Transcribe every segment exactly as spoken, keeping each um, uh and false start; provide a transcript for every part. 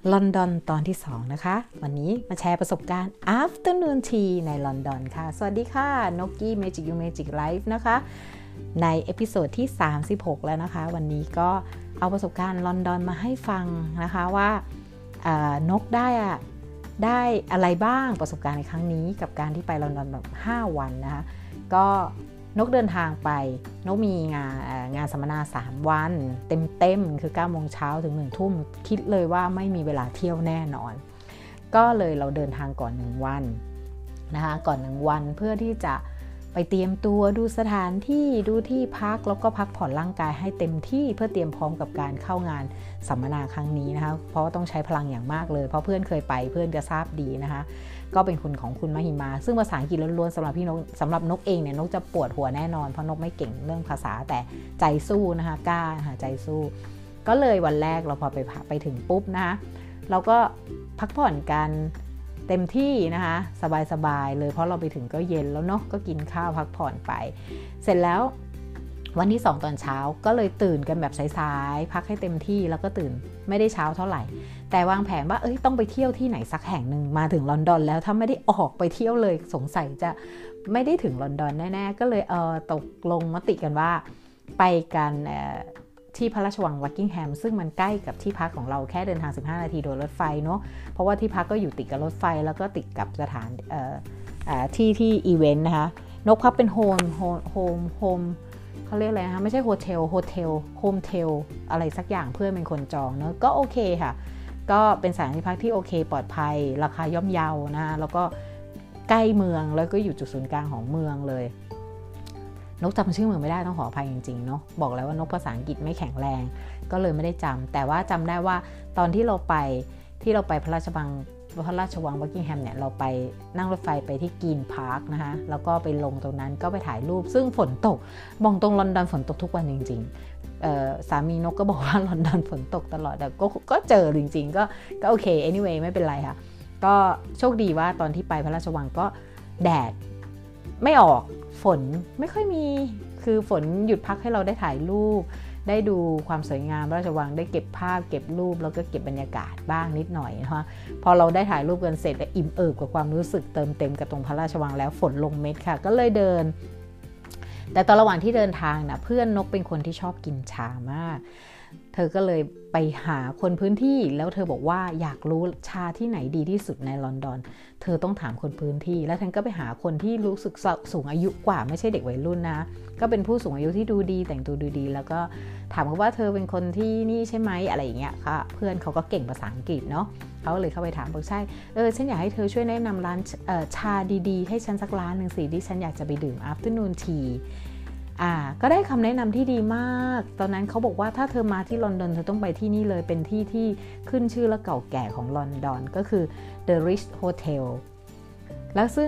ลอนดอนตอนที่สองนะคะวันนี้มาแชร์ประสบการณ์ Afternoon Tea ในลอนดอนค่ะสวัสดีค่ะนกกี้ Magic You Magic Life นะคะในเอพิโซดที่สามสิบหกแล้วนะคะวันนี้ก็เอาประสบการณ์ลอนดอนมาให้ฟังนะคะว่านกได้อะได้อะไรบ้างประสบการณ์ในครั้งนี้กับการที่ไปลอนดอนแบบห้าวันนะคะก็นกเดินทางไปนกมีงานงานสัมมนาสามวันเต็มๆคือเก้าโมงเช้าถึงหนึ่งทุ่มคิดเลยว่าไม่มีเวลาเที่ยวแน่นอนก็เลยเราเดินทางก่อนหนึ่งวันนะคะก่อนหนึ่งวันเพื่อที่จะไปเตรียมตัวดูสถานที่ดูที่พักแล้วก็พักผ่อนร่างกายให้เต็มที่เพื่อเตรียมพร้อมกับการเข้างานสัมมนาครั้งนี้นะคะเพราะว่าต้องใช้พลังอย่างมากเลยเพราะเพื่อนเคยไปเพื่อนจะทราบดีนะคะก็เป็นคุณของคุณมหิมาซึ่งภาษาอังกฤษล้วนๆสำหรับพี่นกสำหรับนกเองเนี่ยนกจะปวดหัวแน่นอนเพราะนกไม่เก่งเรื่องภาษาแต่ใจสู้นะคะกล้าหาใจสู้ก็เลยวันแรกเราพอไปไปถึงปุ๊บนะคะเราก็พักผ่อนกันเต็มที่นะคะสบายๆเลยเพราะเราไปถึงก็เย็นแล้วเนาะก็กินข้าวพักผ่อนไปเสร็จแล้ววันที่สองตอนเช้าก็เลยตื่นกันแบบสายๆพักให้เต็มที่แล้วก็ตื่นไม่ได้เช้าเท่าไหร่แต่วางแผนว่าเอ้ยต้องไปเที่ยวที่ไหนสักแห่งหนึ่งมาถึงลอนดอนแล้วถ้าไม่ได้ออกไปเที่ยวเลยสงสัยจะไม่ได้ถึงลอนดอนแน่ๆก็เลยเออตกลงมติกันว่าไปกันที่พระราชวังบักกิงแฮมซึ่งมันใกล้กับที่พักของเราแค่เดินทางสิบห้านาทีโดยรถไฟเนาะเพราะว่าที่พักก็อยู่ติดกับรถไฟแล้วก็ติดกับสถานที่ที่อีเวนต์นะคะนกพักเป็นโฮมโฮมโฮมโฮมเขาเรียกอะไรนะคะไม่ใช่โฮเทลโฮเทลโฮมเทลอะไรสักอย่างเพื่อนเป็นคนจองเนาะก็โอเคค่ะก็เป็นสถานที่พักที่โอเคปลอดภัยราคาย่อมเยานะแล้วก็ใกล้เมืองแล้วก็อยู่จุดศูนย์กลางของเมืองเลยนกจำชื่อเมืองไม่ได้ต้องขออภัยจริงๆเนาะบอกแล้วว่านกภาษาอังกฤษไม่แข็งแรงก็เลยไม่ได้จำแต่ว่าจำได้ว่าตอนที่เราไปที่เราไปพระราชวังพระราชวังบักกิงแฮมเนี่ยเราไปนั่งรถไฟไปที่กรีนพาร์คนะคะแล้วก็ไปลงตรงนั้นก็ไปถ่ายรูปซึ่งฝนตกมองตรงลอนดอนฝนตกทุกวันจริงๆสามีนกก็บอกว่าลอนดอนฝนตกตลอดแต่ก็ก็เจอจริงๆก็ก็โอเค anyway ไม่เป็นไรค่ะก็โชคดีว่าตอนที่ไปพระราชวังก็แดดไม่ออกฝนไม่ค่อยมีคือฝนหยุดพักให้เราได้ถ่ายรูปได้ดูความสวยงามพระราชวังได้เก็บภาพเก็บรูปแล้วก็เก็บบรรยากาศบ้างนิดหน่อยนะคะพอเราได้ถ่ายรูปกันเสร็จและอิ่มเอิบกับความรู้สึกเติมเต็มกับตรงพระราชวังแล้วฝนลงเม็ดค่ะก็เลยเดินแต่ตอนระหว่างที่เดินทางนะเพื่อนนกเป็นคนที่ชอบกินชามากเธอก็เลยไปหาคนพื้นที่แล้วเธอบอกว่าอยากรู้ชาที่ไหนดีที่สุดในลอนดอนเธอต้องถามคนพื้นที่แล้วฉันก็ไปหาคนที่รู้สึกสูงอายุกว่าไม่ใช่เด็กวัยรุ่นนะก็เป็นผู้สูงอายุที่ดูดีแต่งตัวดูดีแล้วก็ถามเขาว่าเธอเป็นคนที่นี่ใช่ไหมอะไรอย่างเงี้ยค่ะเพื่อนเขาก็เก่งภาษาอังกฤษเนาะเขาเลยเข้าไปถามบอกใช่เออฉันอยากให้เธอช่วยแนะนำร้านชาดีๆให้ฉันสักร้านหนึ่งสิที่ฉันอยากจะไปดื่ม afternoon teaอ่าก็ได้คำแนะนำที่ดีมากตอนนั้นเขาบอกว่าถ้าเธอมาที่ลอนดอนเธอต้องไปที่นี่เลยเป็นที่ที่ขึ้นชื่อและเก่าแก่ของลอนดอนก็คือ The Ritz Hotel แล้วซึ่ง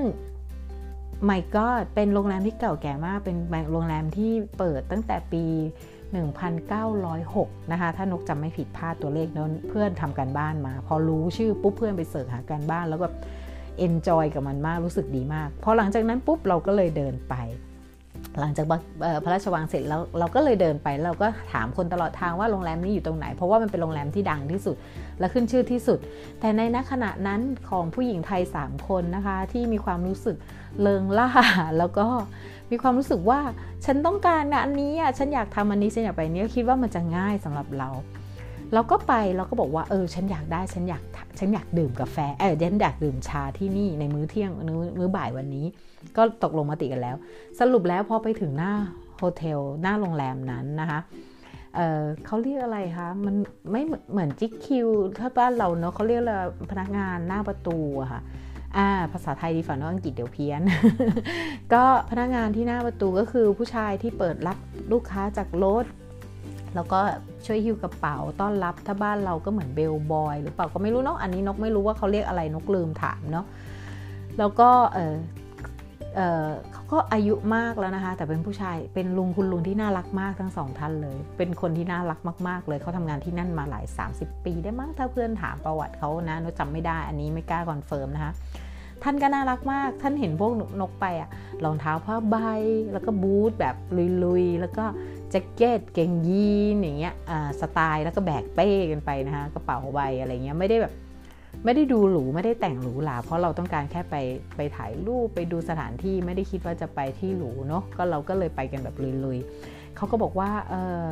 my god เป็นโรงแรมที่เก่าแก่มากเป็นโรงแรมที่เปิดตั้งแต่ปีหนึ่งพันเก้าร้อยหกนะคะถ้านกจำไม่ผิดพลาดตัวเลขนั้นเพื่อนทำการบ้านมาพอรู้ชื่อปุ๊บเพื่อนไปเสิร์ชหาการบ้านแล้วก็ enjoy กับมันมากรู้สึกดีมากพอหลังจากนั้นปุ๊บเราก็เลยเดินไปหลังจากพระราชวังเสร็จแล้วเราก็เลยเดินไปเราก็ถามคนตลอดทางว่าโรงแรมนี้อยู่ตรงไหนเพราะว่ามันเป็นโรงแรมที่ดังที่สุดและขึ้นชื่อที่สุดแต่ในณขณะนั้นของผู้หญิงไทยสามคนนะคะที่มีความรู้สึกเลิงล่าแล้วก็มีความรู้สึกว่าฉันต้องการอันนี้อ่ะฉันอยากทำอันนี้ฉันอยากไปนี้คิดว่ามันจะง่ายสำหรับเราเราก็ไปเราก็บอกว่าเออฉันอยากได้ฉันอยากฉันอยากดื่มกาแฟเออฉันอยากดื่มชาที่นี่ในมื้อเที่ยงมื้อบ่ายวันนี้ก็ตกลงมติกันแล้วสรุปแล้วพอไปถึงหน้าโฮเทลหน้าโรงแรมนั้นนะคะเออเขาเรียกอะไรคะมันไม่เหมือนจิ๊กคิวถ้าบ้านเราเนาะเขาเรียกว่าพนักงานหน้าประตูอะค่ะอ่าภาษาไทยดีฝ่าอังกฤษเดี๋ยวเพี้ยน ก็พนักงานที่หน้าประตูก็คือผู้ชายที่เปิดรับลูกค้าจากรถแล้วก็ช่วยหิ้วกระเป๋าต้อนรับถ้าบ้านเราก็เหมือนเบลบอยหรือเปล่าก็ไม่รู้เนาะอันนี้นกไม่รู้ว่าเขาเรียกอะไรนกลืมถามเนาะแล้วก็เออเออเขาก็อายุมากแล้วนะคะแต่เป็นผู้ชายเป็นลุงคุณลุงที่น่ารักมากทั้งสองท่านเลยเป็นคนที่น่ารักมากๆเลยเขาทำงานที่นั่นมาหลายสามสิบปีได้มั้งถ้าเพื่อนถามประวัติเขานะนกจำไม่ได้อันนี้ไม่กล้าคอนเฟิร์มนะคะท่านก็น่ารักมากท่านเห็นพวกนกไปอะรองเท้าผ้าใบแล้วก็บูทแบบลุยๆแล้วก็แจ็คเก็ตเกงยีนอย่างเงี้ยสไตล์แล้วก็แบกเป้กันไปนะคะกระเป๋าใบอะไรเงี้ยไม่ได้แบบไม่ได้ดูหรูไม่ได้แต่งหรูหราเพราะเราต้องการแค่ไปไปถ่ายรูปไปดูสถานที่ไม่ได้คิดว่าจะไปที่หรูเนาะก็เราก็เลยไปกันแบบลุยๆเขาก็บอกว่าเอ่อ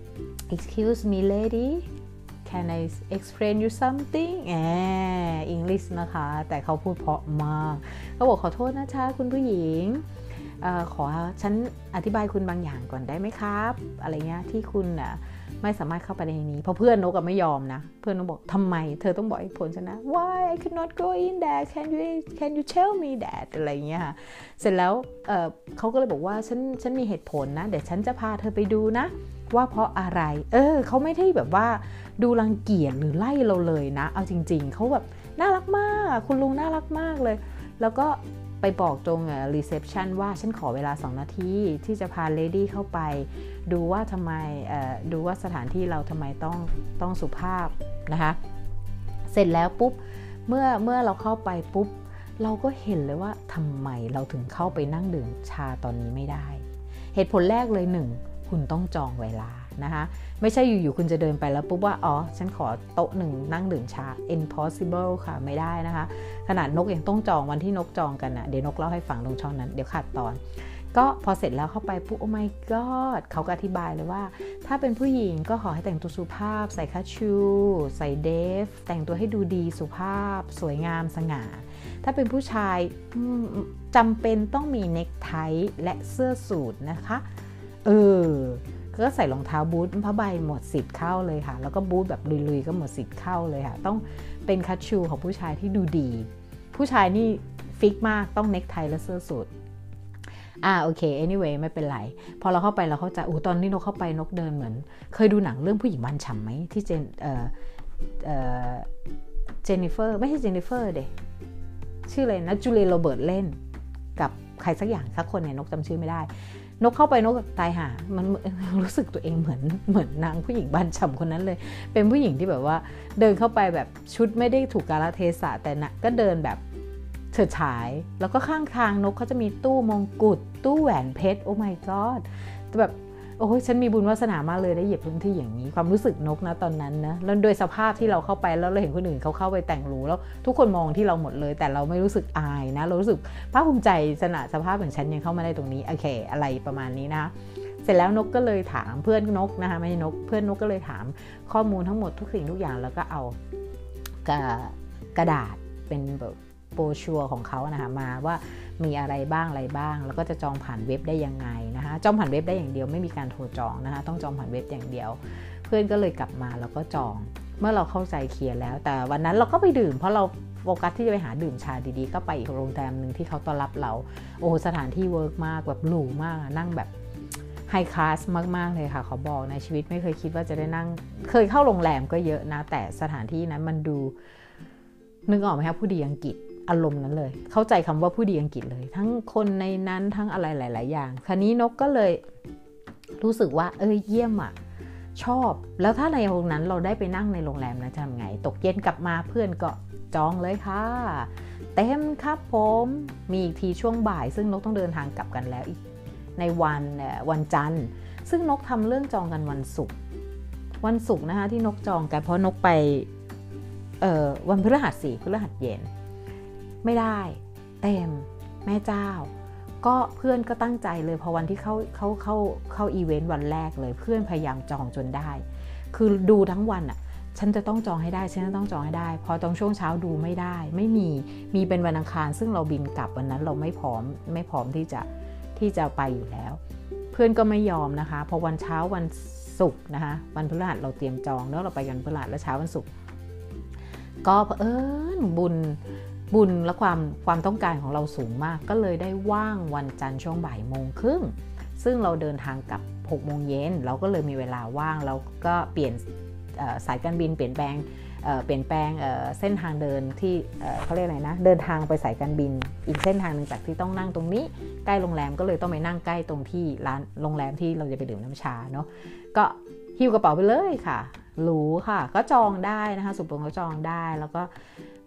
excuse me lady can I explain you something แอบอังกฤษนะคะแต่เขาพูดเพราะมากเขาบอกขอโทษนะจ๊ะคุณผู้หญิงเอ่อขอฉันอธิบายคุณบางอย่างก่อนได้ไหมครับอะไรเงี้ยที่คุณอ่ะไม่สามารถเข้าไปในนี้เพราะเพื่อนนกก็ไม่ยอมนะเพื่อนนกบอกทำไมเธอต้องบอกเหตุผลฉันนะ why I could not go in there can you can you tell me that อะไรเงี้ยค่ะเสร็จแล้ว เอ่อ เขาก็เลยบอกว่าฉันฉันมีเหตุผลนะเดี๋ยวฉันจะพาเธอไปดูนะว่าเพราะอะไรเออเขาไม่ได้แบบว่าดูรังเกียจหรือไล่เราเลยนะเอาจริงๆเขาแบบน่ารักมากคุณลุงน่ารักมากเลยแล้วก็ไปบอกตรงรีเซพชันว่าฉันขอเวลาสองนาทีที่จะพาเลดี้เข้าไปดูว่าทำไมดูว่าสถานที่เราทำไมต้องต้องสุภาพนะคะเสร็จแล้วปุ๊บเมื่อเมื่อเราเข้าไปปุ๊บเราก็เห็นเลยว่าทำไมเราถึงเข้าไปนั่งดื่มชาตอนนี้ไม่ได้เหตุผลแรกเลยหนึ่งคุณต้องจองเวลานะคะไม่ใช่อยู่ๆคุณจะเดินไปแล้วปุ๊บว่าอ๋อฉันขอโต๊ะหนึ่งนั่งดื่มชา impossible ค่ะไม่ได้นะคะขนาดนกยังต้องจองวันที่นกจองกันนะเดี๋ยวนกเล่าให้ฟังตรงช่องนั้นเดี๋ยวขาดตอนก็พอเสร็จแล้วเข้าไปปุ๊บโอ้ my god เขาก็อธิบายเลยว่าถ้าเป็นผู้หญิงก็ขอให้แต่งตัวสุภาพใส่คัชชูใส่เดฟแต่งตัวให้ดูดีสุภาพสวยงามสง่าถ้าเป็นผู้ชายจำเป็นต้องมีเน็กไทและเสื้อสูทนะคะเออก็ใส่รองเท้าบูทผ้าใบหมดสิทธิ์เข้าเลยค่ะแล้วก็บูทแบบลุยๆก็หมดสิทธิ์เข้าเลยค่ะต้องเป็นคัชชูของผู้ชายที่ดูดีผู้ชายนี่ฟิกมากต้องเน็กไทและเสื้อสูทอ่าโอเค anyway ไม่เป็นไรพอเราเข้าไปเราเข้าใจอู้ตอนนี้นกเข้าไปนกเดินเหมือนเคยดูหนังเรื่องผู้หญิงบ้านฉ่ำไหมที่เจนเอ่อเอ่อเจนนิเฟอร์ไม่ใช่เจนนิเฟอร์เด็กชื่ออะไรนะจูเลียโรเบิร์ตเล่นกับใครสักอย่างสักคนเนี่ยนกจำชื่อไม่ได้นกเข้าไปนกตายห่ามันรู้สึกตัวเองเหมือนเหมือนนางผู้หญิงบ้านฉ่ำคนนั้นเลยเป็นผู้หญิงที่แบบว่าเดินเข้าไปแบบชุดไม่ได้ถูกกาลเทศะแต่นะก็เดินแบบเฉิดฉายแล้วก็ข้างทางนกเขาจะมีตู้มงกุฎตู้แหวนเพชรโอ้ my god แบบโอ้ยฉันมีบุญวาสนามากเลยได้เหยียบพื้นที่อย่างนี้ความรู้สึกนกนะตอนนั้นนะแล้วโดยสภาพที่เราเข้าไปแล้วเราเห็นคนอื่นเขาเข้าไปแต่งหรูแล้วทุกคนมองที่เราหมดเลยแต่เราไม่รู้สึกอายนะเรารู้สึกภาคภูมิใจสนะสภาพอย่างฉันยังเข้ามาได้ตรงนี้โอเคอะไรประมาณนี้นะเสร็จแล้วนกก็เลยถามเพื่อนนกนะคะไม่ใช่นกเพื่อนนกก็เลยถามข้อมูลทั้งหมดทุกสิ่งทุกอย่างแล้วก็เอากระดาษเป็นแบบโบรชัวร์ของเขานะคะมาว่ามีอะไรบ้างอะไรบ้างแล้วก็จะจองผ่านเว็บได้ยังไงนะคะจองผ่านเว็บได้อย่างเดียวไม่มีการโทรจองนะคะต้องจองผ่านเว็บอย่างเดียวเพื่อนก็เลยกลับมาแล้วก็จองเมื่อเราเข้าใจเคลียร์แล้วแต่วันนั้นเราก็ไปดื่มเพราะเราโฟกัสที่จะไปหาดื่มชาดีๆก็ไปอีกโรงแรมนึงที่เขาต้อนรับเราโอ้สถานที่เวิร์กมากแบบหรูมากนั่งแบบไฮคลาสมากๆเลยค่ะเขาบอกในชีวิตไม่เคยคิดว่าจะได้นั่งเคยเข้าโรงแรมก็เยอะนะแต่สถานที่นั้นมันดูนึกออกไหมคะผู้ดีอังกฤษอารมณ์นั้นเลยเข้าใจคำว่าผู้ดีอังกฤษเลยทั้งคนในนั้นทั้งอะไรหลายๆอย่างคราวนี้นกก็เลยรู้สึกว่าเออเยี่ยมอ่ะชอบแล้วถ้าในโรงนั้นเราได้ไปนั่งในโรงแรมนะจะทำไงตกเย็นกลับมาเพื่อนก็จองเลยค่ะเต็มครับผมมีอีกทีช่วงบ่ายซึ่งนกต้องเดินทางกลับกันแล้วอีกในวันวันจันทร์ซึ่งนกทำเรื่องจองกันวันศุกร์วันศุกร์นะคะที่นกจองกันเพราะนกไปเอ่อวันพฤหัสสี่พฤหัสเย็นไม่ได้เต็มแม่เจ้าก็เพื่อนก็ตั้งใจเลยพอวันที่เข้าเข้าเข้าเข้าอีเวนต์วันแรกเลยเพื่อนพยายามจองจนได้คือดูทั้งวันอ่ะฉันจะต้องจองให้ได้ฉันจะต้องจองให้ได้พอตอนช่วงเช้าดูไม่ได้ไม่มีมีเป็นวันอังคารซึ่งเราบินกลับวันนั้นเราไม่พร้อมไม่พร้อมที่จะที่จะไปอยู่แล้วเพื่อนก็ไม่ยอมนะคะพอวันเช้าวันศุกร์นะคะวันพฤหัสเราเตรียมจองแล้วเราไปกันพฤหัสแล้วเช้าวันศุกร์ก็เออบุญบุญและความความต้องการของเราสูงมากก็เลยได้ว่างวันจันทร์ช่วงบ่ายโมงครึ่งซึ่งเราเดินทางกลับหกโมงเย็นเราก็เลยมีเวลาว่างเราก็เปลี่ยนสายการบินเปลี่ยนแปลงเปลี่ยนแปลงเส้นทางเดินที่เขาเรียกอะไรนะเดินทางไปสายการบินอีกเส้นทางนึงจากที่ต้องนั่งตรงนี้ใกล้โรงแรมก็เลยต้องไปนั่งใกล้ตรงที่ร้านโรงแรมที่เราจะไปดื่มน้ำชาเนาะก็หิ้วกระเป๋าไปเลยค่ะหรูค่ะก็จองได้นะคะสุดโปร่งก็จองได้แล้วก็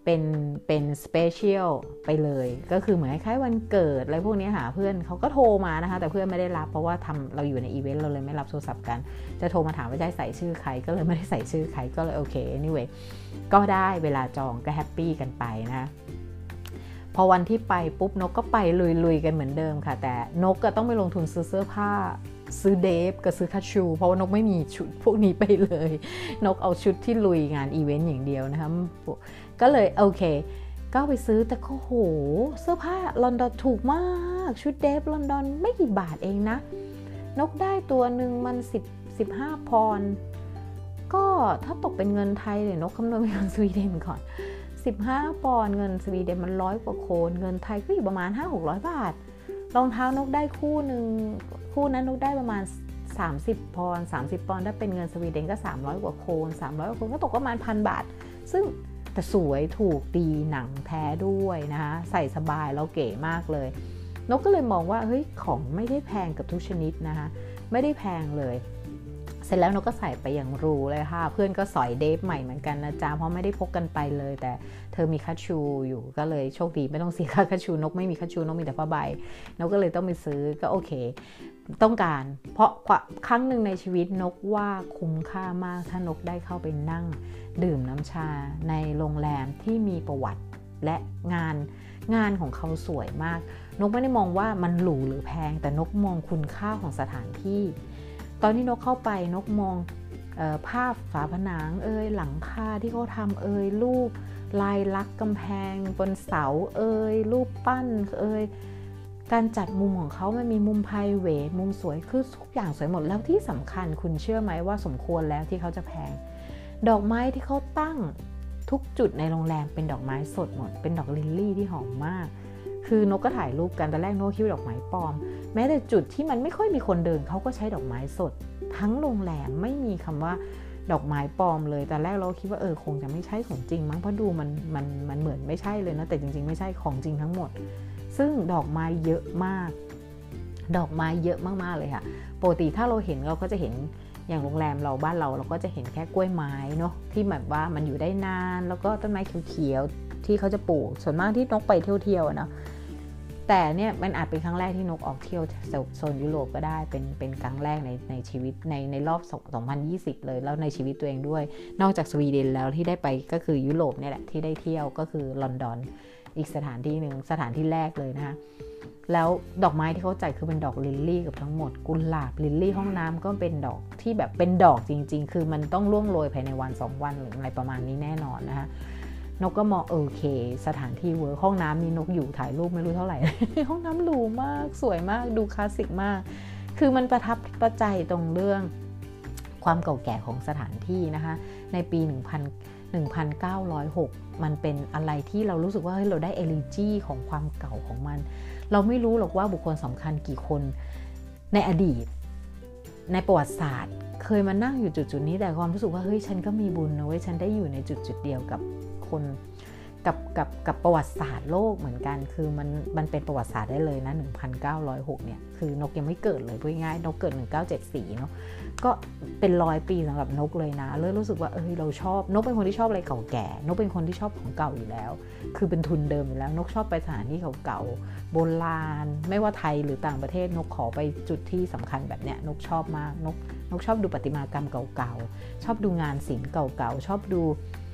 เป็นเป็นสเปเชียลไปเลยก็คือเหมือนคล้ายวันเกิดอะไรพวกนี้หาเพื่อนเขาก็โทรมานะคะแต่เพื่อนไม่ได้รับเพราะว่าทำเราอยู่ในอีเวนต์เราเลยไม่รับโทรศัพท์กันจะโทรมาถามว่าได้ใส่ชื่อใครก็เลยไม่ได้ใส่ชื่อใครก็เลยโอเค anyway ก็ได้เวลาจองก็แฮปปี้กันไปนะพอวันที่ไปปุ๊บนกก็ไปลุยๆกันเหมือนเดิมค่ะแต่นกก็ต้องไปลงทุนซื้อเสื้อผ้าซื้อเดฟกับซื้อคัชชูเพราะว่านกไม่มีชุดพวกนี้ไปเลยนกเอาชุดที่ลุยงานอีเวนต์อย่างเดียวนะคะก็เลยโอเคก็ไปซื้อแต่โอ้โหเสื้อผ้าลอนดอนถูกมากชุดเดฟลอนดอนไม่กี่บาทเองนะนกได้ตัวหนึ่งมันสิบ สิบห้าปอนด์ก็ถ้าตกเป็นเงินไทยเลยนกคำนวณเป็นเงินสวีเดนก่อนสิบห้าปอนด์เงินสวีเดนมันร้อยกว่าโคนเงินไทยก็อยู่ประมาณ ห้าหกร้อย บาทรองเท้านกได้คู่หนึ่งคู่นั้นนกได้ประมาณสามสิบปอนด์สามสิบปอนด์ถ้าเป็นเงินสวีเดนก็สามร้อยกว่าโคนสามร้อยกว่าโคนก็ตกประมาณ หนึ่งพัน บาทซึ่งแต่สวยถูกดีหนังแท้ด้วยนะคะใส่สบายแล้วเก๋มากเลยนกก็เลยมองว่าเฮ้ยของไม่ได้แพงกับทุกชนิดนะคะไม่ได้แพงเลยเสร็จแล้วนกก็ใส่ไปอย่างรู้เลยค่ะเพื่อนก็สอยเดฟใหม่เหมือนกันนะจ๊ะเพราะไม่ได้พกกันไปเลยแต่เธอมีคัชชูอยู่ก็เลยโชคดีไม่ต้องเสียค่าคัชชูนกไม่มีคัชชูนกมีแต่ผ้าใบนกก็เลยต้องไปซื้อก็โอเคต้องการเพราะครั้งหนึ่งในชีวิตนกว่าคุ้มค่ามากถ้านกได้เข้าไปนั่งดื่มน้ำชาในโรงแรมที่มีประวัติและงานงานของเขาสวยมากนกไม่ได้มองว่ามันหรูหรือแพงแต่นกมองคุณค่าของสถานที่ตอนที่นกเข้าไปนกมองเอ่อภาพฝาผนังเอ่ยหลังคาที่เขาทำเอ่ยรูปลายลักษณ์กำแพงบนเสาเอ่ยรูปปั้นเอ่ยการจัดมุมของเขามันมีมุมไพรเวทมุมสวยคือทุกอย่างสวยหมดแล้วที่สำคัญคุณเชื่อไหมว่าสมควรแล้วที่เขาจะแพงดอกไม้ที่เขาตั้งทุกจุดในโรงแรมเป็นดอกไม้สดหมดเป็นดอกลิลลี่ที่หอมมากคือนกก็ถ่ายรูปกันแต่แรกนกคิดว่าดอกไม้ปลอมแม้แต่จุดที่มันไม่ค่อยมีคนเดินเขาก็ใช้ดอกไม้สดทั้งโรงแรมไม่มีคำว่าดอกไม้ปลอมเลยแต่แรกเราคิดว่าเออคงจะไม่ใช่ของจริงมั้งเพราะดูมันมันมันเหมือนไม่ใช่เลยนะแต่จริงๆไม่ใช่ของจริงทั้งหมดซึ่งดอกไม้เยอะมากดอกไม้เยอะมากๆเลยค่ะปกติถ้าเราเห็นเราก็จะเห็นอย่างโรงแรมเราบ้านเราเราก็จะเห็นแค่กล้วยไม้เนาะที่แบบว่ามันอยู่ได้นานแล้วก็ต้นไม้เขียวๆที่เขาจะปลูกส่วนมากที่นกไปเที่ยวๆนะแต่เนี่ยมันอาจเป็นครั้งแรกที่นกออกเที่ยวโซนยุโรปก็ได้เป็นเป็นครั้งแรกในในชีวิตในในรอบสองพันยี่สิบเลยแล้วในชีวิตตัวเองด้วยนอกจากสวีเดนแล้วที่ได้ไปก็คือยุโรปเนี่ยแหละที่ได้เที่ยวก็คือลอนดอนอีกสถานที่หนึ่งสถานที่แรกเลยนะคะแล้วดอกไม้ที่เขาจัดคือเป็นดอกลิลลี่กับทั้งหมดกุหลาบลิลลี่ห้องน้ำก็เป็นดอกที่แบบเป็นดอกจริงๆคือมันต้องร่วงโรยภายในวันสองวันหรืออะไรประมาณนี้แน่นอนนะคะนกก็มองโอเคสถานที่เวิร์คห้องน้ำนี่นกอยู่ถ่ายรูปไม่รู้เท่าไหร่ ห้องน้ำหรูมากสวยมากดูคลาสสิกมากคือมันประทับประใจตรงเรื่องความเก่าแก่ของสถานที่นะคะในปีหนึ่งพันเก้าร้อยหกมันเป็นอะไรที่เรารู้สึกว่าเฮ้ยเราได้ energy ของความเก่าของมันเราไม่รู้หรอกว่าบุคคลสำคัญกี่คนในอดีตในประวัติศาสตร์เคยมานั่งอยู่จุดๆนี้แต่ความรู้สึกว่าเฮ้ยฉันก็มีบุญนะเว้ยฉันได้อยู่ในจุดๆเดียวกับคนกับกับกับประวัติศาสตร์โลกเหมือนกันคือมันมันเป็นประวัติศาสตร์ได้เลยนะหนึ่งพันเก้าร้อยหกเนี่ยคือนกยังไม่เกิดเลยพูดง่ายๆนกเกิดหนึ่งพันเก้าร้อยเจ็ดสิบสี่เนาะก็เป็นร้อยปีสำหรับนกเลยนะเลยรู้สึกว่าเออเราชอบนกเป็นคนที่ชอบอะไรเก่าแก่นกเป็นคนที่ชอบของเก่าอยู่แล้วคือเป็นทุนเดิมอยู่แล้วนกชอบไปสถานที่เก่าๆโบราณไม่ว่าไทยหรือต่างประเทศนกขอไปจุดที่สำคัญแบบเนี้ยนกชอบมากนกนกชอบดูประติมากรรมเก่าๆชอบดูงานศิลป์เก่าๆชอบดู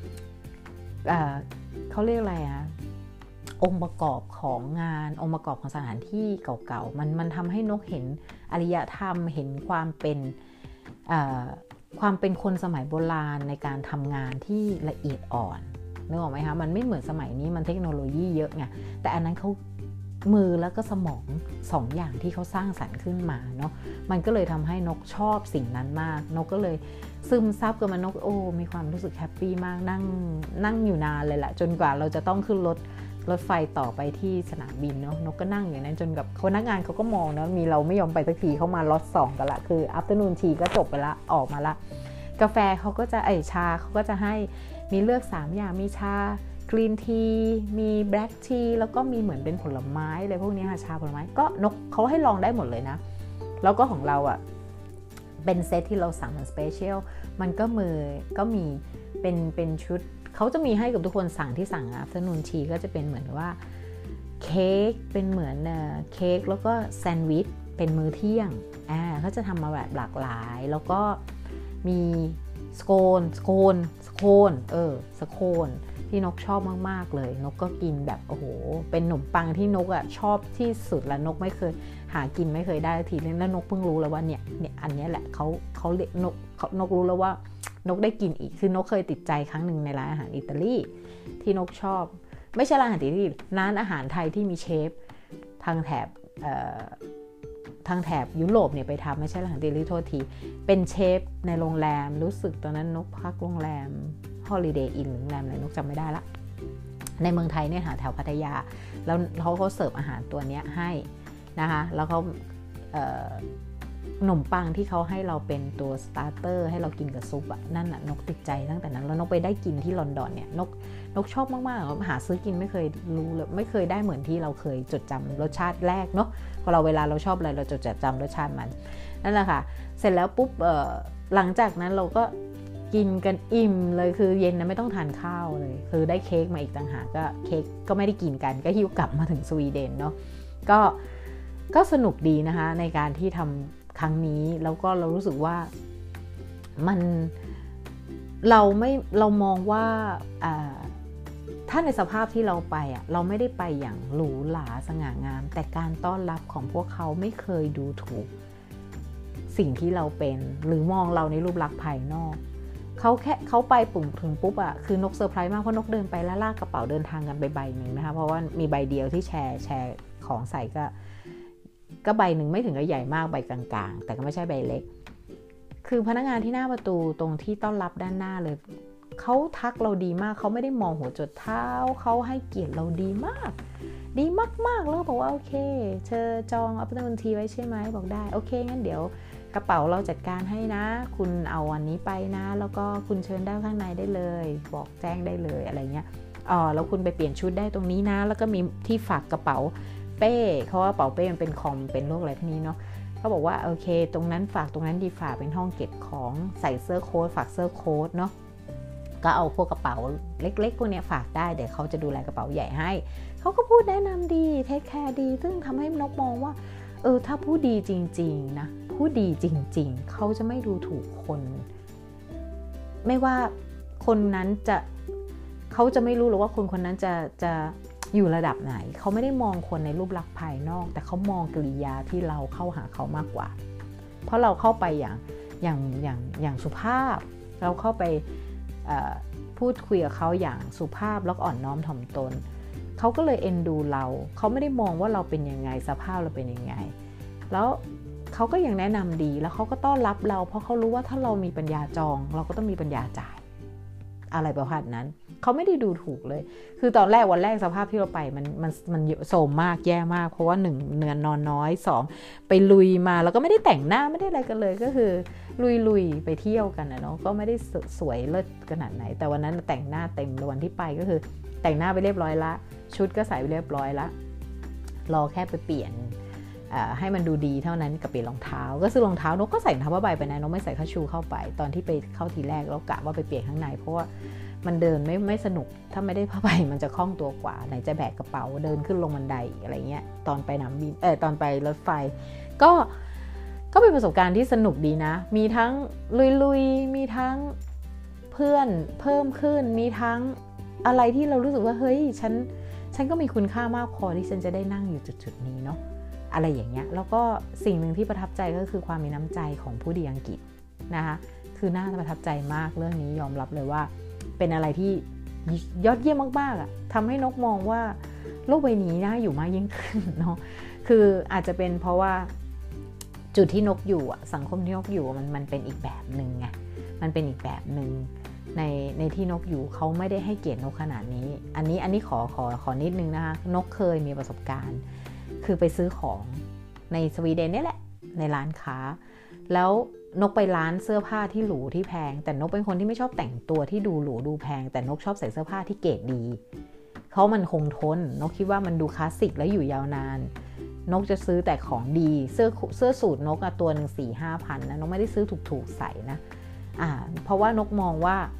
เขาเรียกอะไรอะองค์ประกอบของงานองค์ประกอบของสถานที่เก่าๆมันมันทำให้นกเห็นอารยธรรมเห็นความเป็นความเป็นคนสมัยโบราณในการทำงานที่ละเอียดอ่อนนึกออกไหมคะมันไม่เหมือนสมัยนี้มันเทคโนโลยีเยอะไงแต่อันนั้นเขามือแล้วก็สมองสองอย่างที่เขาสร้างสรรค์ขึ้นมาเนาะมันก็เลยทำให้นกชอบสิ่งนั้นมากนกก็เลยซึมซับกับมันนกโอ้มีความรู้สึกแฮปปี้มากนั่งนั่งอยู่นานเลยแหละจนกว่าเราจะต้องขึ้นรถรถไฟต่อไปที่สนามบินเนาะนกก็นั่งอยู่นั้นจนกับพนักงานเขาก็มองนะมีเราไม่ยอมไปสักทีเขามาล็อตสองกันละคือ afternoon tea ก็จบไปละออกมาละกาแฟเขาก็จะไอชาเขาก็จะให้มีเลือกสามอย่างมีชากรีนทีมีแบล็กทีแล้วก็มีเหมือนเป็นผลไม้อะไรพวกนี้ค่ะชาผลไม้ก็นกเขาให้ลองได้หมดเลยนะแล้วก็ของเราอ่ะเป็นเซตที่เราสั่งเป็นสเปเชียลมันก็มือก็มีเป็นเป็นชุดเขาจะมีให้กับทุกคนสั่งที่สั่ง afternoon tea ก็จะเป็นเหมือนว่าเค้กเป็นเหมือนเค้กแล้วก็แซนด์วิชเป็นมื้อเที่ยงอ่าเขาจะทำมาแบบหลากหลายแล้วก็มีสโคนสโคนสโคนเออสโคนที่นกชอบมากๆเลยนกก็กินแบบโอ้โหเป็นขนมปังที่นกอ่ะชอบที่สุดแล้วนกไม่เคยหากินไม่เคยได้ทีนึงแล้วนกเพิ่งรู้แล้วว่าเนี่ยเนี่ยอันนี้แหละเขาเขาเรียกนกนกรู้แล้วว่านกได้กินอีกคือนกเคยติดใจครั้งหนึ่งในร้านอาหารอิตาลีที่นกชอบไม่ใช่ร้านอาหารอิตาลีร้านอาหารไทยที่มีเชฟทางแถบทางแถบยุโรปเนี่ยไปทำไม่ใช่ร้านอาหารอิตาลีโทษทีเป็นเชฟในโรงแรมรู้สึกตอนนั้นนกพักโรงแรมHoliday Inn หรือโรงแรมอะไรนกจำไม่ได้ละในเมืองไทยเนี่ยหาแถวพัทยาแล้วเขาเขาเสิร์ฟอาหารตัวนี้ให้นะคะแล้วเขาขนมปังที่เขาให้เราเป็นตัวสตาร์เตอร์ให้เรากินกับซุปอะนั่นน่ะนกติดใจตั้งแต่นั้นแล้วนกไปได้กินที่ลอนดอนเนี่ยนกนกชอบมากๆหาซื้อกินไม่เคยรู้เลยไม่เคยได้เหมือนที่เราเคยจดจำรสชาติแรกเนาะพอเราเวลาเราชอบอะไรเราจดจำรสชาติมันนั่นแหละค่ะเสร็จแล้วปุ๊บหลังจากนั้นเราก็กินกันอิ่มเลยคือเย็นนะไม่ต้องทานข้าวเลยคือได้เค้กมาอีกต่างหากก็เค้กก็ไม่ได้กินกันก็หิ้วกลับมาถึงสวีเดนเนาะก็ก็สนุกดีนะคะในการที่ทำครั้งนี้แล้วก็เรารู้สึกว่ามันเราไม่เรามองว่าถ้าในสภาพที่เราไปอ่ะเราไม่ได้ไปอย่างหรูหราสง่างามแต่การต้อนรับของพวกเขาไม่เคยดูถูกสิ่งที่เราเป็นหรือมองเราในรูปลักษณ์ภายนอกเขาแค่เขาไปปุ่มถึงปุ๊บอะคือนกเซอร์ไพรส์มากเพราะนกเดินไปแล้วลากกระเป๋าเดินทางกันไปใบหนึ่งนะคะเพราะว่ามีใบเดียวที่แชร์แชร์ของใส่ก็ก็ใบหนึ่งไม่ถึงกับใหญ่มากใบกลางๆแต่ก็ไม่ใช่ใบเล็กคือพนักงานที่หน้าประตูตรงที่ต้อนรับด้านหน้าเลยเขาทักเราดีมากเขาไม่ได้มองหัวจดเท้าเขาให้เกียรติเราดีมากดีมากๆแล้วบอกว่าโอเคเธอจองอัปเดตทีไว้ใช่ไหมบอกได้โอเคงั้นเดี๋ยวกระเป๋าเราจัดการให้นะคุณเอาอันนี้ไปนะแล้วก็คุณเชิญได้ข้างในได้เลยบอกแจ้งได้เลยอะไรเงี้ยอ๋อแล้วคุณไปเปลี่ยนชุดได้ตรงนี้นะแล้วก็มีที่ฝากกระเป๋าเป้เขาว่ากระเป๋าเป้มันเป็นคอมเป็นโรคอะไรพวกนี้เนาะเขาบอกว่าโอเคตรงนั้นฝากตรงนั้นดีฝากเป็นห้องเก็บของใส่เสื้อโค้ทฝากเสื้อโค้ทเนาะก็เอาพวกกระเป๋าเล็กๆพวกนี้ฝากได้เดี๋ยวเขาจะดูแลกระเป๋าใหญ่ให้เขาก็พูดแนะนำดีเทคแคร์ดีซึ่งทำให้นกมองว่าเออถ้าผู้ดีจริงๆนะผู้ดีจริงๆเขาจะไม่ดูถูกคนไม่ว่าคนนั้นจะเขาจะไม่รู้หรอกว่าคนคนนั้นจะจะอยู่ระดับไหนเขาไม่ได้มองคนในรูปลักษณ์ภายนอกแต่เขามองกริยาที่เราเข้าหาเขามากกว่าเพราะเราเข้าไปอย่างอย่างอย่างอย่างสุภาพเราเข้าไปพูดคุยกับเขาอย่างสุภาพแล้วอ่อนน้อมถ่อมตนเขาก็เลยเอ็นดูเราเขาไม่ได้มองว่าเราเป็นยังไงสภาพเราเป็นยังไงแล้วเขาก็ยังแนะนำดีแล้วเขาก็ต้อนรับเราเพราะเขารู้ว่าถ้าเรามีปัญญาจองเราก็ต้องมีปัญญาจ่ายอะไรประมาณนั้นเขาไม่ได้ดูถูกเลยคือตอนแรกวันแรกสภาพที่เราไปมันมันมันโทรมมากแย่มากเพราะว่าหนึ่งเนือนนอนน้อยสองไปลุยมาแล้วก็ไม่ได้แต่งหน้าไม่ได้อะไรกันเลยก็คือลุยลุยไปเที่ยวกันนะเนาะก็ไม่ได้สวยเลิศขนาดไหนแต่วันนั้นแต่งหน้าเต็มวันที่ไปก็คือแต่งหน้าไปเรียบร้อยละชุดก็ใส่ไปเรียบร้อยละรอแค่ไปเปลี่ยนให้มันดูดีเท่านั้นกับเปลี่ยนรองเท้าก็ซื้อรองเท้านกก็ใส่รองเท้าผ้าใบไปนะนกไม่ใส่ข้าชูเข้าไปตอนที่ไปเข้าทีแรกแล้วกะว่าไปเปลี่ยนข้างในเพราะว่ามันเดินไม่ไม่สนุกถ้าไม่ได้ผ้าใบมันจะคล่องตัวกว่าไหนจะแบกกระเป๋าเดินขึ้นลงบันไดอะไรเงี้ยตอนไปน้ำบินเออตอนไปรถไฟก็ก็เป็นประสบการณ์ที่สนุกดีนะมีทั้งลุยๆมีทั้งเพื่อนเพิ่มขึ้นมีทั้งอะไรที่เรารู้สึกว่าเฮ้ยฉันฉันก็มีคุณค่ามากพอที่ฉันจะได้นั่งอยู่จุดๆนี้เนาะอะไรอย่างเงี้ยแล้วก็สิ่งหนึ่งที่ประทับใจก็คือความมีน้ำใจของผู้ดีอังกฤษนะคะคือน่าประทับใจมากเรื่องนี้ยอมรับเลยว่าเป็นอะไรที่ยอดเยี่ยมมากๆอ่ะทำให้นกมองว่าโลกใบนี้น่าอยู่มากยิ่งขึ้นเนาะคืออาจจะเป็นเพราะว่าจุดที่นกอยู่อ่ะสังคมที่นกอยู่มันมันเป็นอีกแบบนึงไงมันเป็นอีกแบบนึงในในที่นกอยู่เขาไม่ได้ให้เกียรตินกขนาดนี้อันนี้อันนี้ขอขอขอนิดนึงนะคะนกเคยมีประสบการณ์คือไปซื้อของในสวีเดนนี่แหละในร้านค้าแล้วนกไปร้านเสื้อผ้าที่หรูที่แพงแต่นกเป็นคนที่ไม่ชอบแต่งตัวที่ดูหรูดูแพงแต่นกชอบใส่เสื้อผ้าที่เกรดดีเพราะมันคงทนนกคิดว่ามันดูคลาสสิกและอยู่ยาวนานนกจะซื้อแต่ของดีเสื้อเสื้อสูทนกอะตัวหนึ่งสี่ห้าพันนะนกไม่ได้ซื้อถูกๆใส่นะอ่าเพราะว่านกมองว่า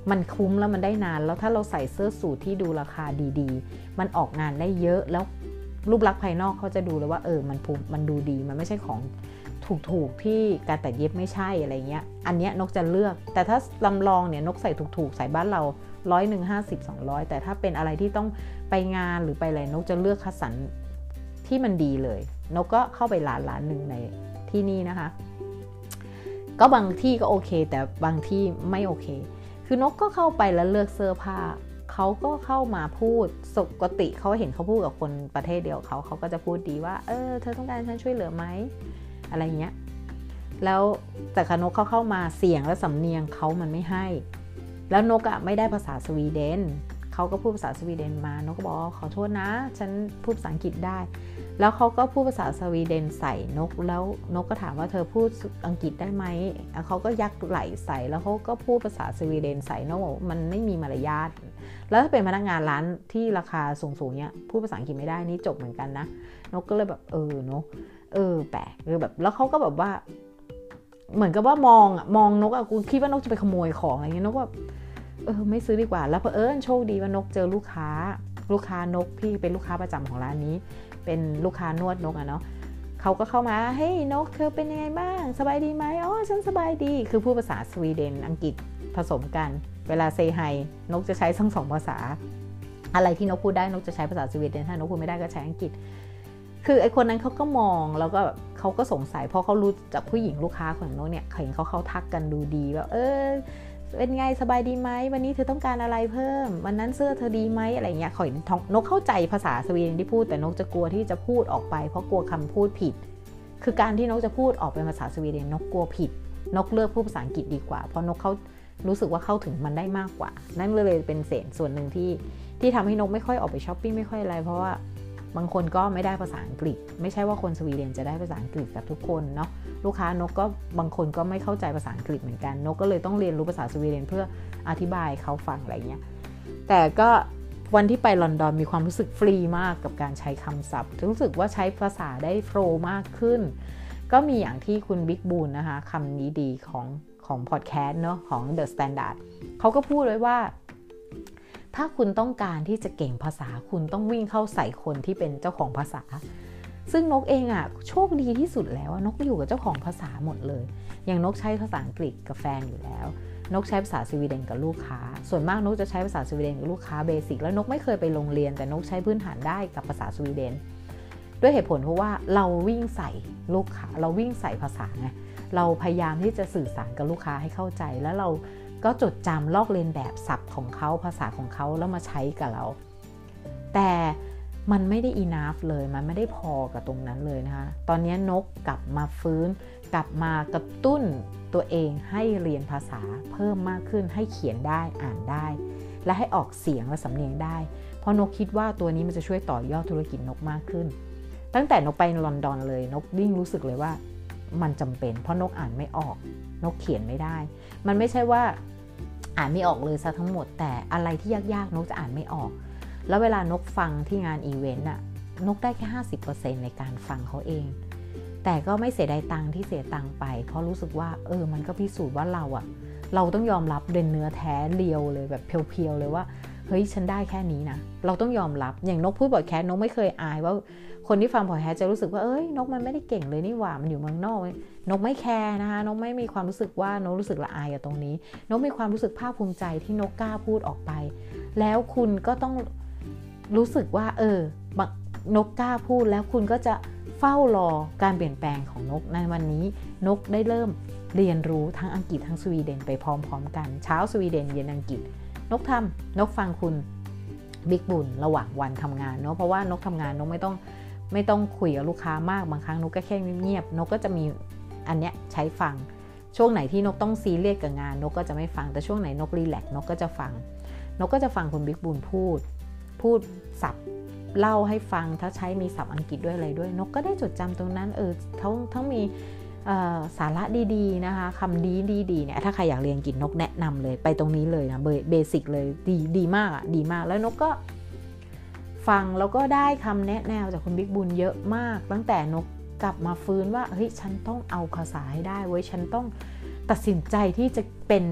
มันคุ้มแล้วมันได้นานแล้วถ้าเราใส่เสื้อสูทที่ดูราคาดีๆมันออกงานได้เยอะแล้วรูปลักษณ์ภายนอกเขาจะดูเลยว่าเออมันมันดูดีมันไม่ใช่ของถูกๆที่การตัดเย็บไม่ใช่อะไรเงี้ยอันเนี้ยนกจะเลือกแต่ถ้าลำลองเนี่ยนกใส่ถูกๆใส่บ้านเราร้อยหนึ่งห้าสิบสองร้อยแต่ถ้าเป็นอะไรที่ต้องไปงานหรือไปอะไรนกจะเลือกคัดสรรที่มันดีเลยนกก็เข้าไปร้านร้านหนึ่งในที่นี่นะคะก็บางที่ก็โอเคแต่บางที่ไม่โอเคคือนกก็เข้าไปแล้วเลือกเสื้อผ้าเขาก็เข้ามาพูดปกติเขาเห็นเขาพูดกับคนประเทศเดียวเขาเขาก็จะพูดดีว่าเออเธอต้องการฉันช่วยเหลือไหมอะไรเงี้ยแล้วแต่นกเขาเข้ามาเสียงและสำเนียงเขามันไม่ให้แล้วนกอะไม่ได้ภาษาสวีเดนเขาก็พูดภาษาสวีเดนมานกก็บอกขอโทษนะฉันพูดภาษาอังกฤษได้แล้วเขาก็พูดภาษาสวีเดนใส่นกแล้วนกก็ถามว่าเธอพูดอังกฤษได้ไหมเขาก็ยักไหล่ใส่แล้วเขาก็พูดภาษาสวีเดนใส่นกบอกมันไม่มีมารยาทแล้วถ้าเป็นพนักงานร้านที่ราคาสูงๆเนี่ยพูดภาษาอังกฤษไม่ได้นี่จบเหมือนกันนะนกก็เลยแบบเออเนาะเออแปลกคือแบบแล้วเขาก็แบบว่าเหมือนกับว่ามองอะมองนกอะกูคิดว่านกจะไปขโมยของอะไรเงี้ยนกว่าเออไม่ซื้อดีกว่าแล้วเผอิญโชคดีว่านกเจอลูกค้าลูกค้านกพี่เป็นลูกค้าประจำของร้านนี้เป็นลูกค้านวดนกอะเนาะเขาก็เข้ามาเฮ้ยนกเธอเป็นยังไงบ้างสบายดีไหมอ๋อฉันสบายดีคือพูดภาษาสวีเดนอังกฤษผสมกันเวลาเซไฮนกจะใช้ทั้งสองภาษาอะไรที่นกพูดได้นกจะใช้ภาษาสวีเดนถ้านกพูดไม่ได้ก็ใช้อังกฤษคือไอคนนั้นเขาก็มองแล้วก็เขาก็สงสัยเพราะเขารู้จากผู้หญิงลูกค้าของนกเนี่ยเห็นเขาเขาทักกันดูดีแบบเออเป็นไงสบายดีไหมวันนี้เธอต้องการอะไรเพิ่มวันนั้นเสื้อเธอดีไหมอะไรเงี้ยเขาเห็นนกเข้าใจภาษาสวีเดนที่พูดแต่นกจะกลัวที่จะพูดออกไปเพราะกลัวคำพูดผิดคือการที่นกจะพูดออกเป็นภาษาสวีเดนนกกลัวผิดนกเลือกพูดภาษาอังกฤษดีกว่าเพราะนกเขารู้สึกว่าเข้าถึงมันได้มากกว่านั่นเลยเป็นเศษส่วนหนึ่งที่ที่ทำให้นกไม่ค่อยออกไปช้อปปิ้งไม่ค่อยอะไรเพราะว่าบางคนก็ไม่ได้ภาษาอังกฤษไม่ใช่ว่าคนสวีเดนจะได้ภาษาอังกฤษกับทุกคนเนาะลูกค้านกก็บางคนก็ไม่เข้าใจภาษาอังกฤษเหมือนกันนกก็เลยต้องเรียนรู้ภาษาสวีเดนเพื่ออธิบายเขาฟังอะไรเงี้ยแต่ก็วันที่ไปลอนดอนมีความรู้สึกฟรีมากกับการใช้คำศัพท์รู้สึกว่าใช้ภาษาได้โฟลว์มากขึ้นก็มีอย่างที่คุณบิ๊กบูนนะคะคำนี้ดีของของพอดแคสต์เนาะของ The Standard เขาก็พูดไว้ว่าถ้าคุณต้องการที่จะเก่งภาษาคุณต้องวิ่งเข้าใส่คนที่เป็นเจ้าของภาษาซึ่งนกเองอ่ะโชคดีที่สุดแล้วนกอยู่กับเจ้าของภาษาหมดเลยอย่างนกใช้ภาษาอังกฤษกับแฟนอยู่แล้วนกใช้ภาษาสวีเดนกับลูกค้าส่วนมากนกจะใช้ภาษาสวีเดนกับลูกค้าเบสิกแล้วนกไม่เคยไปโรงเรียนแต่นกใช้พื้นฐานได้กับภาษาสวีเดนด้วยเหตุผลเพราะว่าเราวิ่งใส่ลูกค้าเราวิ่งใส่ภาษาไงเราพยายามที่จะสื่อสารกับลูกค้าให้เข้าใจแล้วเราก็จดจำลอกเลียนแบบศัพท์ของเขาภาษาของเขาแล้วมาใช้กับเราแต่มันไม่ได้ enough เลยมันไม่ได้พอกับตรงนั้นเลยนะคะตอนนี้นกกลับมาฟื้นกลับมากระตุ้นตัวเองให้เรียนภาษาเพิ่มมากขึ้นให้เขียนได้อ่านได้และให้ออกเสียงและสำเนียงได้เพราะนกคิดว่าตัวนี้มันจะช่วยต่อยอดธุรกิจนกมากขึ้นตั้งแต่นกไปลอนดอนเลยนกยิ่งรู้สึกเลยว่ามันจำเป็นเพราะนกอ่านไม่ออกนกเขียนไม่ได้มันไม่ใช่ว่าอ่านไม่ออกเลยซะทั้งหมดแต่อะไรที่ยากๆนกจะอ่านไม่ออกแล้วเวลานกฟังที่งานอีเวนต์น่ะนกได้แค่ ห้าสิบเปอร์เซ็นต์ ในการฟังเขาเองแต่ก็ไม่เสียดายตังค์ที่เสียตังค์ไปเพราะรู้สึกว่าเออมันก็พิสูจน์ว่าเราอะเราต้องยอมรับเป็นเนื้อแท้เรียวเลยแบบเพียวๆเลยว่าเฮ้ยฉันได้แค่นี้นะเราต้องยอมรับอย่างนกพูดพอดแคสต์นกไม่เคยอายว่าคนที่ฟังพอดแคสต์จะรู้สึกว่าเอ้ยนกมันไม่ได้เก่งเลยนี่หว่ามันอยู่เมืองนอกนกไม่แคร์นะคะนกไม่มีความรู้สึกว่านกรู้สึกละอายกับตรงนี้นกมีความรู้สึกภาคภูมิใจที่นกกล้าพูดออกไปแล้วคุณก็ต้องรู้สึกว่าเออนกกล้าพูดแล้วคุณก็จะเฝ้ารอการเปลี่ยนแปลงของนกในวันนี้นกได้เริ่มเรียนรู้ทั้งอังกฤษทั้งสวีเดนไปพร้อมๆกันเช้าสวีเดนเย็นอังกฤษนกทำนกฟังคุณบิ๊กบุญระหว่างวันทำงานเนาะเพราะว่านกทำงานนกไม่ต้องไม่ต้องคุยกับลูกค้ามากบางครั้งนกก็แค่เงียบๆนกก็จะมีอันเนี้ยใช้ฟังช่วงไหนที่นกต้องซีเรียสกับงานนกก็จะไม่ฟังแต่ช่วงไหนนกรีแลกซ์นกก็จะฟังนกก็จะฟังคุณบิ๊กบุญพูดพูดศัพท์เล่าให้ฟังถ้าใช้มีศัพท์อังกฤษด้วยอะไรด้วยนกก็ได้จดจำตรงนั้นเออทั้งทั้งมีสาระดีๆนะคะคำดีดีๆเนี่ยถ้าใครอยากเรียนอังกฤษนกแนะนำเลยไปตรงนี้เลยนะเบสิกเลยดีดีมากอ่ะดีมากแล้วนกก็ฟังแล้วก็ได้คำแนะแนวจากคุณบิ๊กบุญเยอะมากตั้งแต่นกกลับมาฟื้นว่าเฮ้ยฉันต้องเอาภาษาให้ได้เว้ยฉันต้องตัดสินใจที่จะเป็น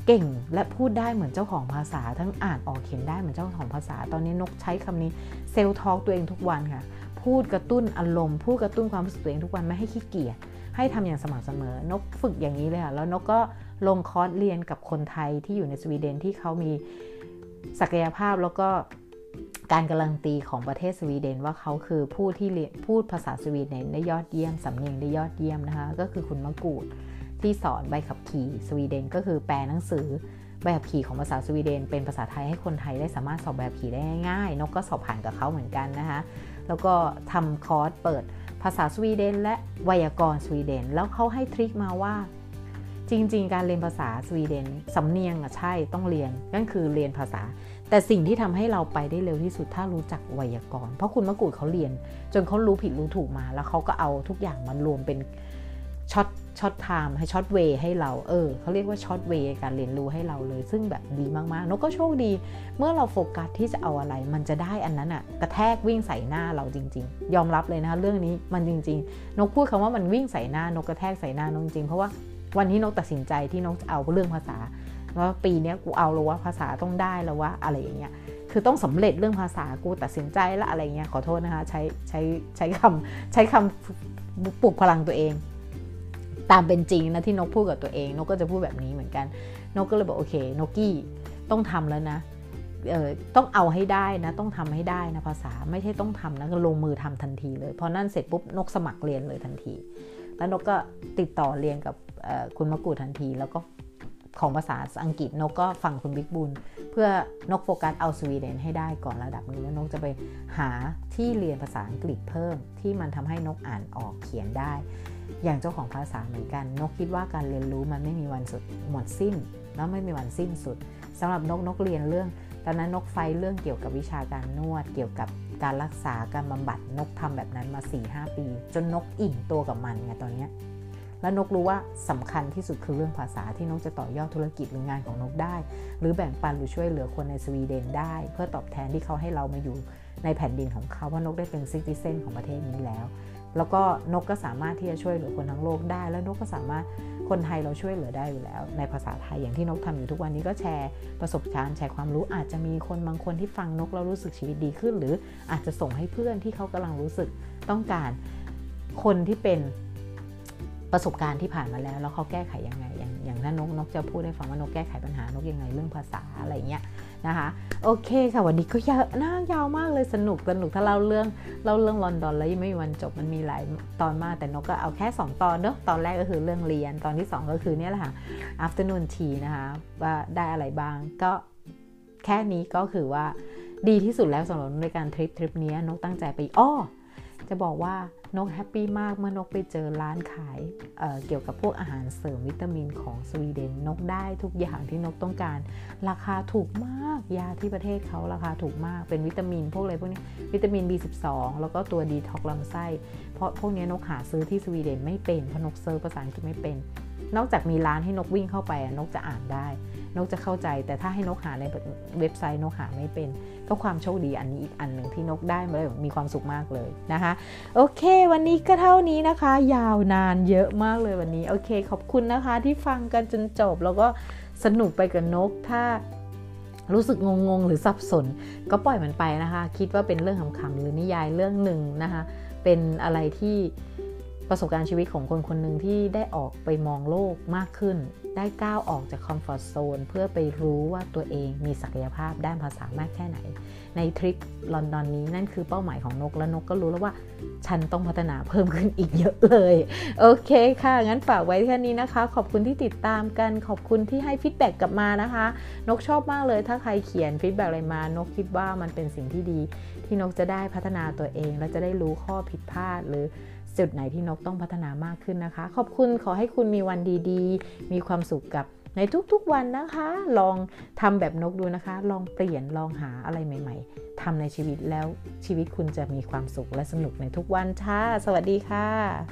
เก่งและพูดได้เหมือนเจ้าของภาษาทั้งอ่านออกเขียนได้เหมือนเจ้าของภาษาตอนนี้นกใช้คำนี้เซลล์ทอล์กตัวเองทุกวันค่ะพูดกระตุ้นอารมณ์พูดกระตุ้นความรู้สึกตัวเองทุกวันไม่ให้ขี้เกียจให้ทำอย่างสม่ำเสมอนกฝึกอย่างนี้เลยค่ะแล้วนกก็ลงคอร์สเรียนกับคนไทยที่อยู่ในสวีเดนที่เขามีศักยภาพแล้วก็การการันตีของประเทศสวีเดนว่าเขาคือผู้ที่เรียนพูดภาษาสวีเดนได้ยอดเยี่ยมสำเนียงได้ยอดเยี่ยมนะคะก็คือคุณมะกูดที่สอนใบขับขี่สวีเดนก็คือแปลหนังสือใบขับขี่ของภาษาสวีเดนเป็นภาษาไทยให้คนไทยได้สามารถสอบใบขับขี่ได้ง่ายๆนกก็สอบผ่านกับเขาเหมือนกันนะคะแล้วก็ทำคอร์สเปิดภาษาสวีเดนและไวยากรณ์สวีเดนแล้วเขาให้ทริคมาว่าจริงๆการเรียนภาษาสวีเดนสำเนียงอะใช่ต้องเรียนนั่นคือเรียนภาษาแต่สิ่งที่ทำให้เราไปได้เร็วที่สุดถ้ารู้จักไวยากรณ์เพราะคุณมะกูดเขาเรียนจนเขารู้ผิดรู้ถูกมาแล้วเขาก็เอาทุกอย่างมารวมเป็นช็อตช็อตไทม์ให้ช็อตเวย์ให้เราเออเขาเรียกว่าช็อตเวย์การเรียนรู้ให้เราเลยซึ่งแบบดีมากๆนกก็โชคดีเมื่อเราโฟกัสที่จะเอาอะไรมันจะได้อันนั้นอะกระแทกวิ่งใส่หน้าเราจริงๆยอมรับเลยนะคะเรื่องนี้มันจริงๆนกพูดคำว่ามันวิ่งใส่หน้านกกระแทกใส่หน้านกจริงๆเพราะว่าวันที่นกตัดสินใจที่นกจะเอาเรื่องภาษาว่าปีนี้กูเอาแล้วว่าภาษาต้องได้แล้วว่าอะไรอย่างเงี้ยคือต้องสำเร็จเรื่องภาษากูตัดสินใจแล้วอะไรเงี้ยขอโทษนะคะใช้ใช้ใช้คำใช้คำปลุกพลังตัวเองตามเป็นจริงนะที่นกพูดกับตัวเองนกก็จะพูดแบบนี้เหมือนกันนกก็เลยบอกโอเคนกกี้ต้องทำแล้วนะเอ่อต้องเอาให้ได้นะต้องทำให้ได้นะภาษาไม่ใช่ต้องทำนะก็ลงมือทำทันทีเลยพอนั่นเสร็จปุ๊บนกสมัครเรียนเลยทันทีแล้วนกก็ติดต่อเรียนกับคุณมะกูดทันทีแล้วก็ของภาษาอังกฤษนกก็ฟังคุณบิ๊กบุญเพื่อนกโฟกัสเอาสวีเดนให้ได้ก่อนระดับนึงแล้วนกจะไปหาที่เรียนภาษาอังกฤษเพิ่มที่มันทำให้นกอ่านออกเขียนได้อย่างเจ้าของภาษาเหมือนกันนกคิดว่าการเรียนรู้มันไม่มีวันสุดหมดสิ้นแล้วไม่มีวันสิ้นสุดสำหรับนกนกเรียนเรื่องตอนนั้นนกไฟเรื่องเกี่ยวกับวิชาการนวดเกี่ยวกับการรักษาการบำบัดนกทำแบบนั้นมา สี่ห้า ปีจนนกอิ่มตัวกับมันไงตอนนี้แล้วนกรู้ว่าสำคัญที่สุดคือเรื่องภาษาที่นกจะต่อยอดธุรกิจหรืองานของนกได้หรือแบ่งปันหรือช่วยเหลือคนในสวีเดนได้เพื่อตอบแทนที่เขาให้เรามาอยู่ในแผ่นดินของเขาว่านกได้เป็นซิติเซนของประเทศนี้แล้วแล้วก็นกก็สามารถที่จะช่วยเหลือคนทั้งโลกได้แล้วนกก็สามารถคนไทยเราช่วยเหลือได้อยู่แล้วในภาษาไทยอย่างที่นกทำอยู่ทุกวันนี้ก็แชร์ประสบการณ์แชร์ความรู้อาจจะมีคนบางคนที่ฟังนกแล้วรู้สึกชีวิตดีขึ้นหรืออาจจะส่งให้เพื่อนที่เขากำลังรู้สึกต้องการคนที่เป็นประสบการณ์ที่ผ่านมาแล้วแล้วเขาแก้ไขยังไงอย่างอย่างนั้นนกนกจะพูดให้ฟังว่านกแก้ไขปัญหานกยังไงเรื่องภาษาอะไรเงี้ยนะคะโอเคค่ะวันนี้ก็ยาวน่ายาวมากเลยสนุกสนุกถ้าเราเรื่องเราเรื่องลอนดอนแล้วยังไม่มีวันจบมันมีหลายตอนมากแต่นกก็เอาแค่สองตอนเนอะตอนแรกก็คือเรื่องเรียนตอนที่สองก็คือเนี่ยแหละค่ะ afternoon tea นะคะว่าได้อะไรบ้างก็แค่นี้ก็คือว่าดีที่สุดแล้วสำหรับในการทริปทริปนี้นกตั้งใจไปอ้อจะบอกว่านกแฮปปี้มากเมื่อนกไปเจอร้านขาย เอ่อ เกี่ยวกับพวกอาหารเสริมวิตามินของสวีเดนนกได้ทุกอย่างที่นกต้องการราคาถูกมากยาที่ประเทศเขาราคาถูกมากเป็นวิตามินพวกอะไรพวกนี้วิตามิน บี สิบสอง แล้วก็ตัวดีท็อกซ์ลำไส้เพราะพวกนี้นกหาซื้อที่สวีเดนไม่เป็นเพราะนกเซิร์ชภาษาอังกฤษไม่เป็นนอกจากมีร้านให้นกวิ่งเข้าไปนกจะอ่านได้นกจะเข้าใจแต่ถ้าให้นกหาในเว็บไซต์นกหาไม่เป็นก็ความโชคดีอันนี้อีกอันหนึ่งที่นกได้มาเลยมีความสุขมากเลยนะคะโอเควันนี้ก็เท่านี้นะคะยาวนานเยอะมากเลยวันนี้โอเคขอบคุณนะคะที่ฟังกันจนจบแล้วก็สนุกไปกับนกถ้ารู้สึกงงๆหรือสับสนก็ปล่อยมันไปนะคะคิดว่าเป็นเรื่องขำๆหรือนิยายเรื่องหนึ่งนะคะเป็นอะไรที่ประสบการณ์ชีวิตของคนคนหนึ่งที่ได้ออกไปมองโลกมากขึ้นได้ก้าวออกจากคอมฟอร์ตโซนเพื่อไปรู้ว่าตัวเองมีศักยภาพด้านภาษามากแค่ไหนในทริปลอนดอนนี้นั่นคือเป้าหมายของนกและนกก็รู้แล้วว่าฉันต้องพัฒนาเพิ่มขึ้นอีกเยอะเลยโอเคค่ะงั้นฝากไว้แค่นี้นะคะขอบคุณที่ติดตามกันขอบคุณที่ให้ฟีดแบ็กกลับมานะคะนกชอบมากเลยถ้าใครเขียนฟีดแบ็กอะไรมานกคิดว่ามันเป็นสิ่งที่ดีที่นกจะได้พัฒนาตัวเองและจะได้รู้ข้อผิดพลาดหรือจุดไหนที่นกต้องพัฒนามากขึ้นนะคะขอบคุณขอให้คุณมีวันดีๆมีความสุขกับในทุกๆวันนะคะลองทำแบบนกดูนะคะลองเปลี่ยนลองหาอะไรใหม่ๆทำในชีวิตแล้วชีวิตคุณจะมีความสุขและสนุกในทุกวันค่ะสวัสดีค่ะ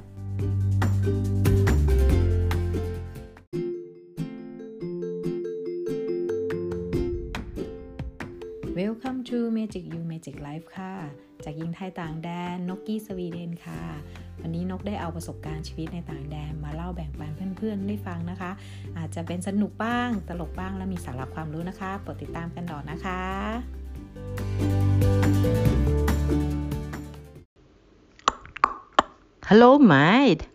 Welcome to Magic You Magic Life ค่ะจากหญิงไทยต่างแดนนกกี้สวีเดนค่ะวันนี้นกได้เอาประสบการณ์ชีวิตในต่างแดนมาเล่าแบ่งปันเพื่อนๆได้ฟังนะคะอาจจะเป็นสนุกบ้างตลกบ้างและมีสาระความรู้นะคะโปรดติดตามกันต่อนะคะ Hello mate